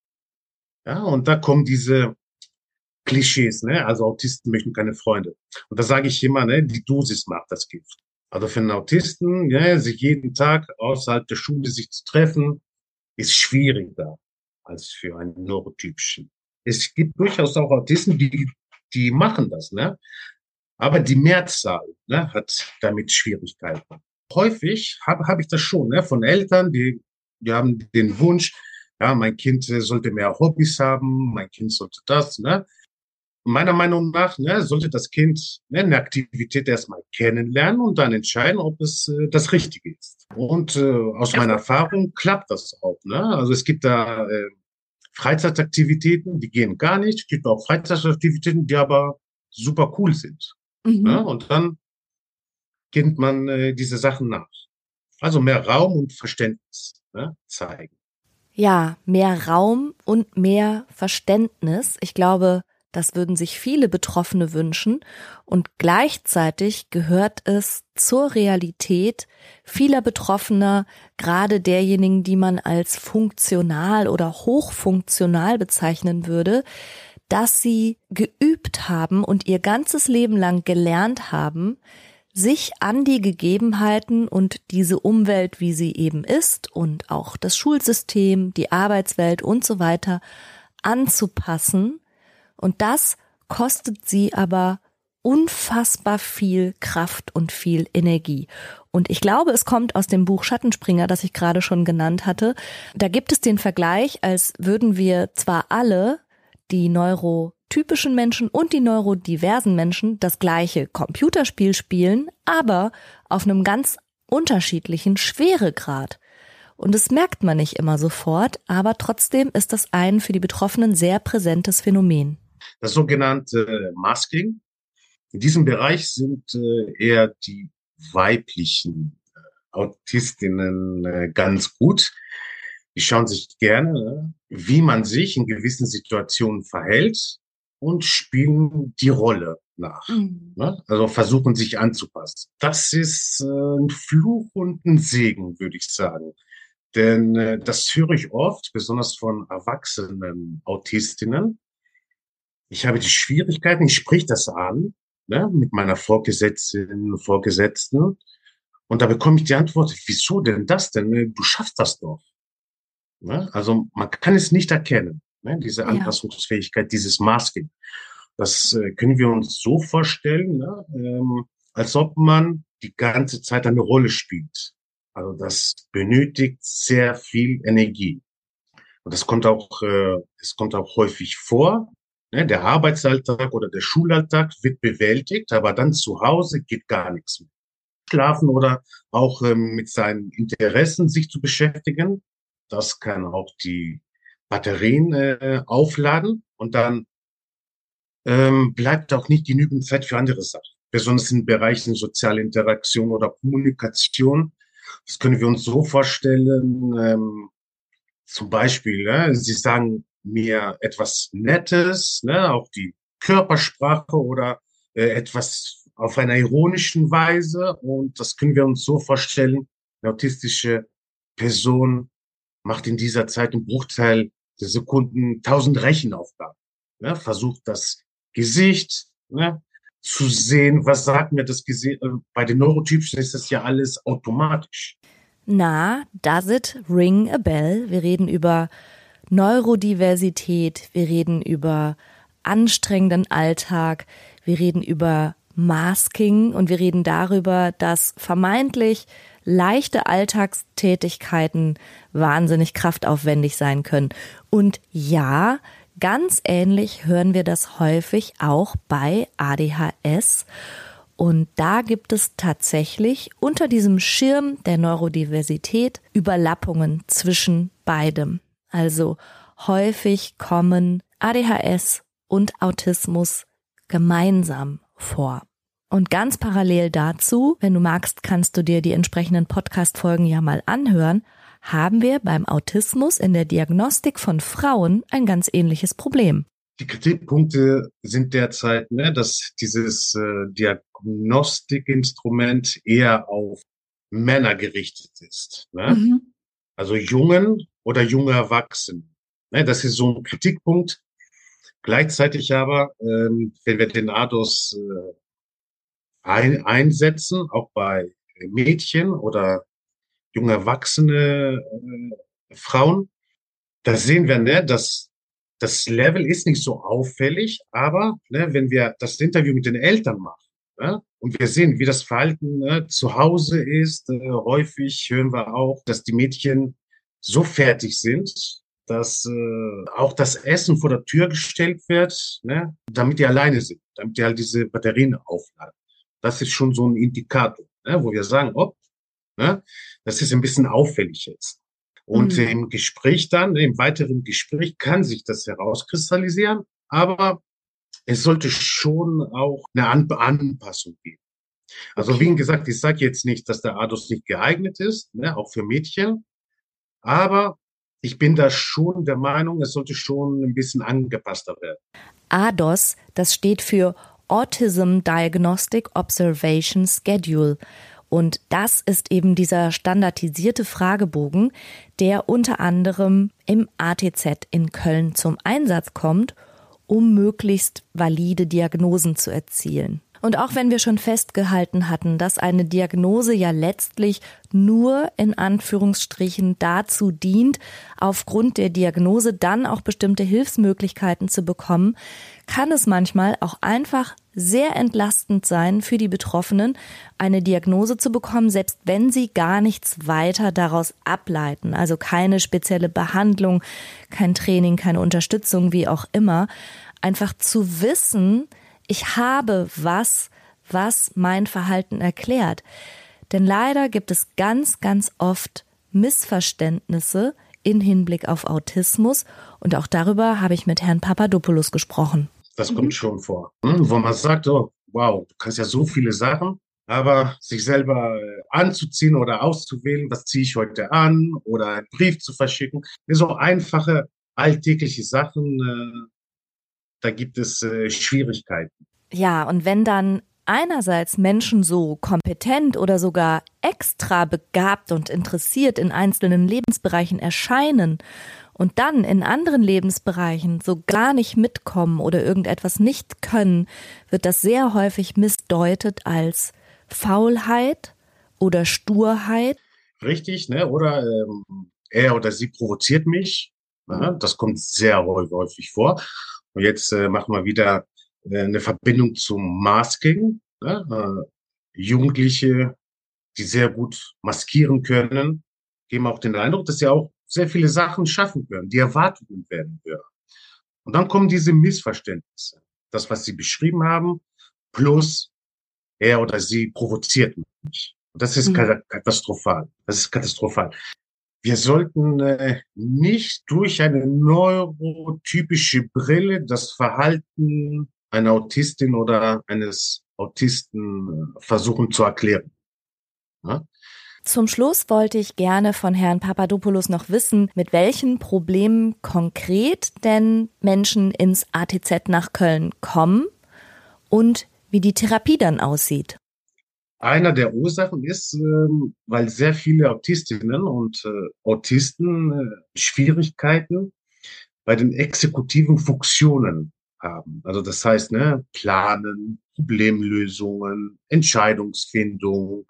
S2: Ja, und da kommen diese Klischees, ne? Also Autisten möchten keine Freunde. Und da sage ich immer, ne, die Dosis macht das Gift. Also für einen Autisten, ja, sich jeden Tag außerhalb der Schule sich zu treffen, ist schwieriger als für einen neurotypischen. Es gibt durchaus auch Autisten, die, die machen das, ne? Aber die Mehrzahl, ne, hat damit Schwierigkeiten. Häufig habe hab ich das schon, ne, von Eltern, die, die haben den Wunsch, ja, mein Kind sollte mehr Hobbys haben, mein Kind sollte das, ne? Meiner Meinung nach ne, sollte das Kind ne, eine Aktivität erstmal kennenlernen und dann entscheiden, ob es äh, das Richtige ist. Und äh, aus meiner Erfahrung klappt das auch. Ne? Also es gibt da äh, Freizeitaktivitäten, die gehen gar nicht. Es gibt auch Freizeitaktivitäten, die aber super cool sind. Mhm. Ne? Und dann geht man äh, diese Sachen nach. Also mehr Raum und Verständnis ne, zeigen.
S1: Ja, mehr Raum und mehr Verständnis. Ich glaube, das würden sich viele Betroffene wünschen und gleichzeitig gehört es zur Realität vieler Betroffener, gerade derjenigen, die man als funktional oder hochfunktional bezeichnen würde, dass sie geübt haben und ihr ganzes Leben lang gelernt haben, sich an die Gegebenheiten und diese Umwelt, wie sie eben ist und auch das Schulsystem, die Arbeitswelt und so weiter anzupassen. Und das kostet sie aber unfassbar viel Kraft und viel Energie. Und ich glaube, es kommt aus dem Buch Schattenspringer, das ich gerade schon genannt hatte. Da gibt es den Vergleich, als würden wir zwar alle, die neurotypischen Menschen und die neurodiversen Menschen, das gleiche Computerspiel spielen, aber auf einem ganz unterschiedlichen Schweregrad. Und das merkt man nicht immer sofort, aber trotzdem ist das ein für die Betroffenen sehr präsentes Phänomen.
S2: Das sogenannte Masking. In diesem Bereich sind äh, eher die weiblichen äh, Autistinnen äh, ganz gut. Die schauen sich gerne, äh, wie man sich in gewissen Situationen verhält und spielen die Rolle nach. Mhm. Ne? Also versuchen sich anzupassen. Das ist äh, ein Fluch und ein Segen, würde ich sagen. Denn äh, das höre ich oft, besonders von erwachsenen Autistinnen. Ich habe die Schwierigkeiten, ich spreche das an, ne, mit meiner Vorgesetzten, Vorgesetzten. Und da bekomme ich die Antwort, wieso denn das denn? Du schaffst das doch. Ne? Also man kann es nicht erkennen, ne, diese Anpassungsfähigkeit, ja. Dieses Masking. Das äh, können wir uns so vorstellen, ne, ähm, als ob man die ganze Zeit eine Rolle spielt. Also das benötigt sehr viel Energie. Und das kommt auch, äh, es kommt auch häufig vor. Ne? Der Arbeitsalltag oder der Schulalltag wird bewältigt, aber dann zu Hause geht gar nichts mehr. Schlafen oder auch ähm, mit seinen Interessen sich zu beschäftigen, das kann auch die Batterien äh, aufladen und dann ähm, bleibt auch nicht genügend Zeit für andere Sachen. Besonders in Bereichen soziale Interaktion oder Kommunikation. Das können wir uns so vorstellen, ähm, zum Beispiel, ne, Sie sagen mir etwas Nettes, ne, auch die Körpersprache oder äh, etwas auf einer ironischen Weise. Und das können wir uns so vorstellen, eine autistische Person macht in dieser Zeit im Bruchteil der Sekunden tausend Rechenaufgaben. Ne, versucht das Gesicht, ne, zu sehen, was sagt mir das Gesicht. Bei den Neurotypischen ist das ja alles automatisch.
S1: Na, does it ring a bell? Wir reden über Neurodiversität, wir reden über anstrengenden Alltag, wir reden über Masking und wir reden darüber, dass vermeintlich leichte Alltagstätigkeiten wahnsinnig kraftaufwendig sein können. Und ja, ganz ähnlich hören wir das häufig auch bei A D H S. Und da gibt es tatsächlich unter diesem Schirm der Neurodiversität Überlappungen zwischen beidem. Also häufig kommen A D H S und Autismus gemeinsam vor. Und ganz parallel dazu, wenn du magst, kannst du dir die entsprechenden Podcast-Folgen ja mal anhören, haben wir beim Autismus in der Diagnostik von Frauen ein ganz ähnliches Problem.
S2: Die Kritikpunkte sind derzeit, ne, dass dieses äh, Diagnostikinstrument eher auf Männer gerichtet ist. Ne? Mhm. Also Jungen oder junge Erwachsene. Ne, das ist so ein Kritikpunkt. Gleichzeitig aber, ähm, wenn wir den A D O S äh, ein, einsetzen, auch bei Mädchen oder junge Erwachsene äh, Frauen, da sehen wir, ne, dass das Level ist nicht so auffällig, aber ne, wenn wir das Interview mit den Eltern machen, ne, und wir sehen, wie das Verhalten ne, zu Hause ist, äh, häufig hören wir auch, dass die Mädchen so fertig sind, dass äh, auch das Essen vor der Tür gestellt wird, ne, damit die alleine sind, damit die halt diese Batterien aufladen. Das ist schon so ein Indikator, ne, wo wir sagen, ob, ne, das ist ein bisschen auffällig jetzt. Und mhm. im Gespräch dann, im weiteren Gespräch kann sich das herauskristallisieren, aber es sollte schon auch eine An- Anpassung geben. Also okay. Wie gesagt, ich sage jetzt nicht, dass der A D O S nicht geeignet ist, ne, auch für Mädchen, aber ich bin da schon der Meinung, es sollte schon ein bisschen angepasster werden.
S1: A D O S, das steht für Autism Diagnostic Observation Schedule. Und das ist eben dieser standardisierte Fragebogen, der unter anderem im A T Z in Köln zum Einsatz kommt, um möglichst valide Diagnosen zu erzielen. Und auch wenn wir schon festgehalten hatten, dass eine Diagnose ja letztlich nur in Anführungsstrichen dazu dient, aufgrund der Diagnose dann auch bestimmte Hilfsmöglichkeiten zu bekommen, kann es manchmal auch einfach sehr entlastend sein für die Betroffenen, eine Diagnose zu bekommen, selbst wenn sie gar nichts weiter daraus ableiten. Also keine spezielle Behandlung, kein Training, keine Unterstützung, wie auch immer. Einfach zu wissen, ich habe was, was mein Verhalten erklärt. Denn leider gibt es ganz, ganz oft Missverständnisse in Hinblick auf Autismus. Und auch darüber habe ich mit Herrn Papadopoulos gesprochen.
S2: Das kommt schon vor, wo man sagt, oh, wow, du kannst ja so viele Sachen, aber sich selber anzuziehen oder auszuwählen, was ziehe ich heute an oder einen Brief zu verschicken, so einfache alltägliche Sachen, da gibt es Schwierigkeiten.
S1: Ja, und wenn dann einerseits Menschen so kompetent oder sogar extra begabt und interessiert in einzelnen Lebensbereichen erscheinen und dann in anderen Lebensbereichen so gar nicht mitkommen oder irgendetwas nicht können, wird das sehr häufig missdeutet als Faulheit oder Sturheit.
S2: Richtig, ne? Oder ähm, er oder sie provoziert mich. Ja, das kommt sehr häufig vor. Und jetzt äh, machen wir wieder äh, eine Verbindung zum Masking. Ne? Äh, Jugendliche, die sehr gut maskieren können, geben auch den Eindruck, dass sie auch sehr viele Sachen schaffen können, die Erwartungen werden höher. Und dann kommen diese Missverständnisse. Das, was Sie beschrieben haben, plus er oder sie provoziert mich. Und das ist mhm. katastrophal. Das ist katastrophal. Wir sollten äh, nicht durch eine neurotypische Brille das Verhalten einer Autistin oder eines Autisten äh, versuchen zu erklären. Ja?
S1: Zum Schluss wollte ich gerne von Herrn Papadopoulos noch wissen, mit welchen Problemen konkret denn Menschen ins A T Z nach Köln kommen und wie die Therapie dann aussieht.
S2: Einer der Ursachen ist, ähm, weil sehr viele Autistinnen und äh, Autisten äh, Schwierigkeiten bei den exekutiven Funktionen haben. Also das heißt, ne, Planen, Problemlösungen, Entscheidungsfindung,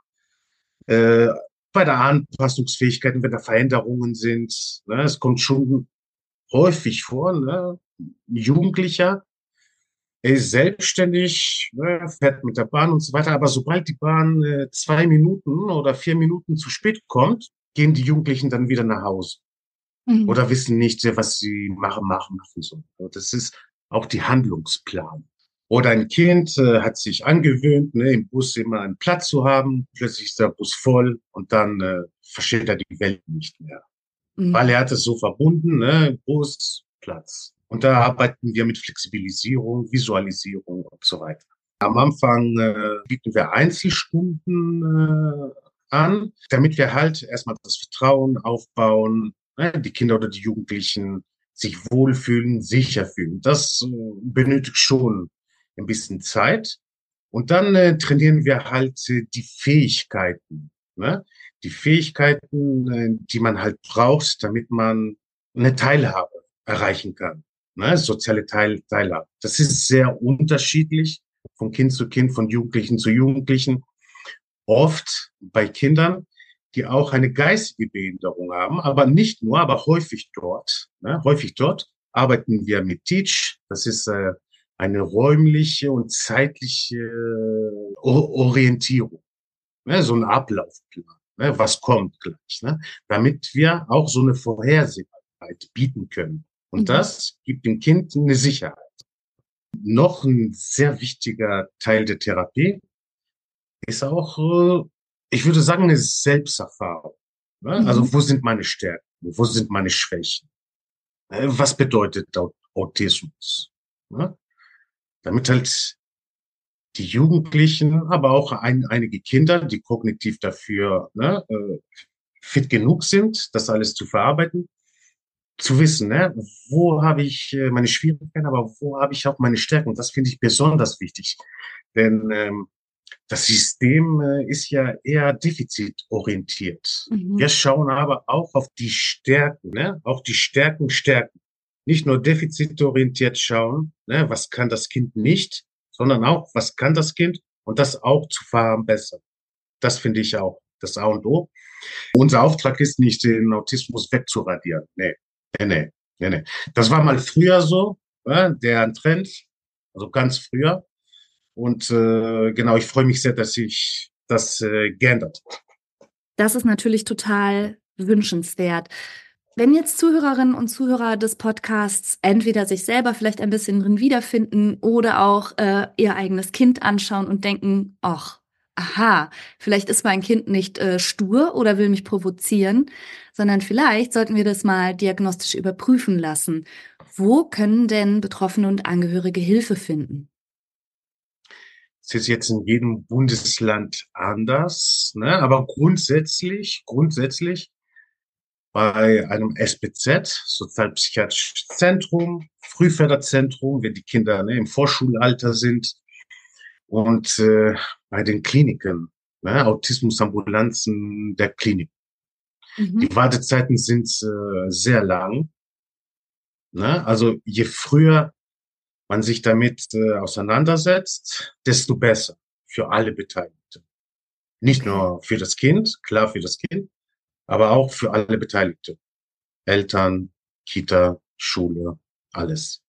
S2: äh, bei der Anpassungsfähigkeit, wenn da Veränderungen sind. Ne, es kommt schon häufig vor, ne, ein Jugendlicher, er ist selbstständig, ne, fährt mit der Bahn und so weiter. Aber sobald die Bahn äh, zwei Minuten oder vier Minuten zu spät kommt, gehen die Jugendlichen dann wieder nach Hause. Mhm. Oder wissen nicht, was sie machen, machen, machen sollen. Das ist auch die Handlungsplan. Oder ein Kind äh, hat sich angewöhnt, ne, im Bus immer einen Platz zu haben. Plötzlich ist der Bus voll und dann äh, versteht er die Welt nicht mehr. Mhm. Weil er hat es so verbunden, ne, Bus, Platz. Und da arbeiten wir mit Flexibilisierung, Visualisierung und so weiter. Am Anfang äh, bieten wir Einzelstunden äh, an, damit wir halt erstmal das Vertrauen aufbauen, ne, die Kinder oder die Jugendlichen sich wohlfühlen, sicher fühlen. Das äh, benötigt schon ein bisschen Zeit. Und dann äh, trainieren wir halt äh, die Fähigkeiten, ne? Die Fähigkeiten, äh, die man halt braucht, damit man eine Teilhabe erreichen kann. Ne, soziale Teil, Teilhabe. Das ist sehr unterschiedlich von Kind zu Kind, von Jugendlichen zu Jugendlichen. Oft bei Kindern, die auch eine geistige Behinderung haben, aber nicht nur, aber häufig dort. Ne, häufig dort arbeiten wir mit Teach. Das ist äh, eine räumliche und zeitliche äh, Orientierung. Ne, so ein Ablaufplan. Ne, was kommt gleich. Ne, damit wir auch so eine Vorhersehbarkeit bieten können. Und das gibt dem Kind eine Sicherheit. Noch ein sehr wichtiger Teil der Therapie ist auch, ich würde sagen, eine Selbsterfahrung. Mhm. Also wo sind meine Stärken? Wo sind meine Schwächen? Was bedeutet Autismus? Damit halt die Jugendlichen, aber auch ein, einige Kinder, die kognitiv dafür ne, fit genug sind, das alles zu verarbeiten, zu wissen, ne, wo habe ich meine Schwierigkeiten, aber wo habe ich auch meine Stärken. Das finde ich besonders wichtig, denn ähm, das System äh, ist ja eher defizitorientiert. Mhm. Wir schauen aber auch auf die Stärken, ne, auch die Stärken stärken. Nicht nur defizitorientiert schauen, ne, was kann das Kind nicht, sondern auch, was kann das Kind und das auch zu verbessern. Das finde ich auch das A und O. Unser Auftrag ist nicht, den Autismus wegzuradieren. Nee, nee, nee, nee, nee. Das war mal früher so, ja, der Trend, also ganz früher. Und äh, genau, ich freue mich sehr, dass sich das äh, geändert hat.
S1: Das ist natürlich total wünschenswert. Wenn jetzt Zuhörerinnen und Zuhörer des Podcasts entweder sich selber vielleicht ein bisschen drin wiederfinden oder auch äh, ihr eigenes Kind anschauen und denken, ach, aha, vielleicht ist mein Kind nicht äh, stur oder will mich provozieren, sondern vielleicht sollten wir das mal diagnostisch überprüfen lassen. Wo können denn Betroffene und Angehörige Hilfe finden?
S2: Es ist jetzt in jedem Bundesland anders, ne? Aber grundsätzlich, grundsätzlich bei einem S B Z, Sozialpsychiatrisches Zentrum, Frühförderzentrum, wenn die Kinder ne, im Vorschulalter sind, und äh, bei den Kliniken, ne, Autismusambulanzen der Klinik. Mhm. Die Wartezeiten sind äh, sehr lang. Ne? Also je früher man sich damit äh, auseinandersetzt, desto besser für alle Beteiligten. Nicht nur für das Kind, klar für das Kind, aber auch für alle Beteiligten. Eltern, Kita, Schule, alles.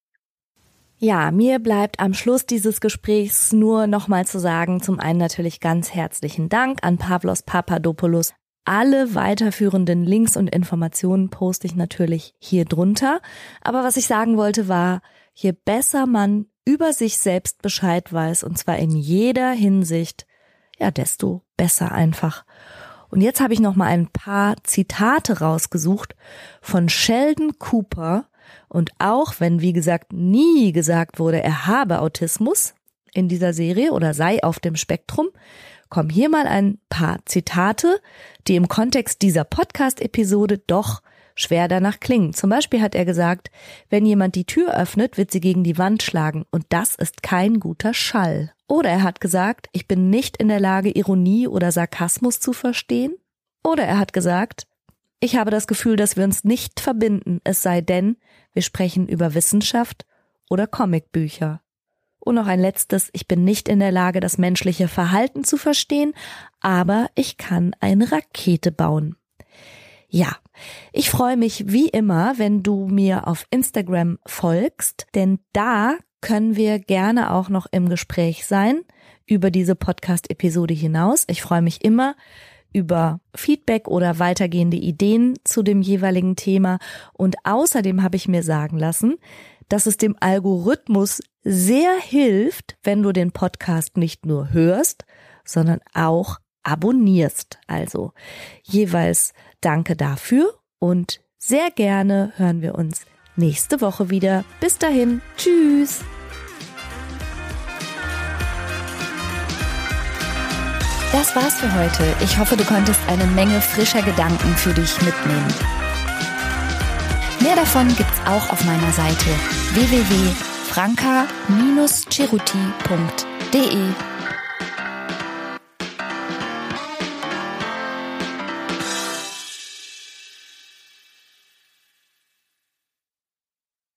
S1: Ja, mir bleibt am Schluss dieses Gesprächs nur nochmal zu sagen, zum einen natürlich ganz herzlichen Dank an Pavlos Papadopoulos. Alle weiterführenden Links und Informationen poste ich natürlich hier drunter. Aber was ich sagen wollte war, je besser man über sich selbst Bescheid weiß, und zwar in jeder Hinsicht, ja, desto besser einfach. Und jetzt habe ich noch mal ein paar Zitate rausgesucht von Sheldon Cooper. Und auch wenn, wie gesagt, nie gesagt wurde, er habe Autismus in dieser Serie oder sei auf dem Spektrum, kommen hier mal ein paar Zitate, die im Kontext dieser Podcast-Episode doch schwer danach klingen. Zum Beispiel hat er gesagt, wenn jemand die Tür öffnet, wird sie gegen die Wand schlagen und das ist kein guter Schall. Oder er hat gesagt, ich bin nicht in der Lage, Ironie oder Sarkasmus zu verstehen. Oder er hat gesagt, ich habe das Gefühl, dass wir uns nicht verbinden, es sei denn, wir sprechen über Wissenschaft oder Comicbücher. Und noch ein letztes, ich bin nicht in der Lage, das menschliche Verhalten zu verstehen, aber ich kann eine Rakete bauen. Ja, ich freue mich wie immer, wenn du mir auf Instagram folgst, denn da können wir gerne auch noch im Gespräch sein über diese Podcast-Episode hinaus. Ich freue mich immer über Feedback oder weitergehende Ideen zu dem jeweiligen Thema. Und außerdem habe ich mir sagen lassen, dass es dem Algorithmus sehr hilft, wenn du den Podcast nicht nur hörst, sondern auch abonnierst. Also jeweils danke dafür und sehr gerne hören wir uns nächste Woche wieder. Bis dahin, tschüss! Das war's für heute. Ich hoffe, du konntest eine Menge frischer Gedanken für dich mitnehmen. Mehr davon gibt's auch auf meiner Seite w w w punkt franka Bindestrich ceruti punkt de.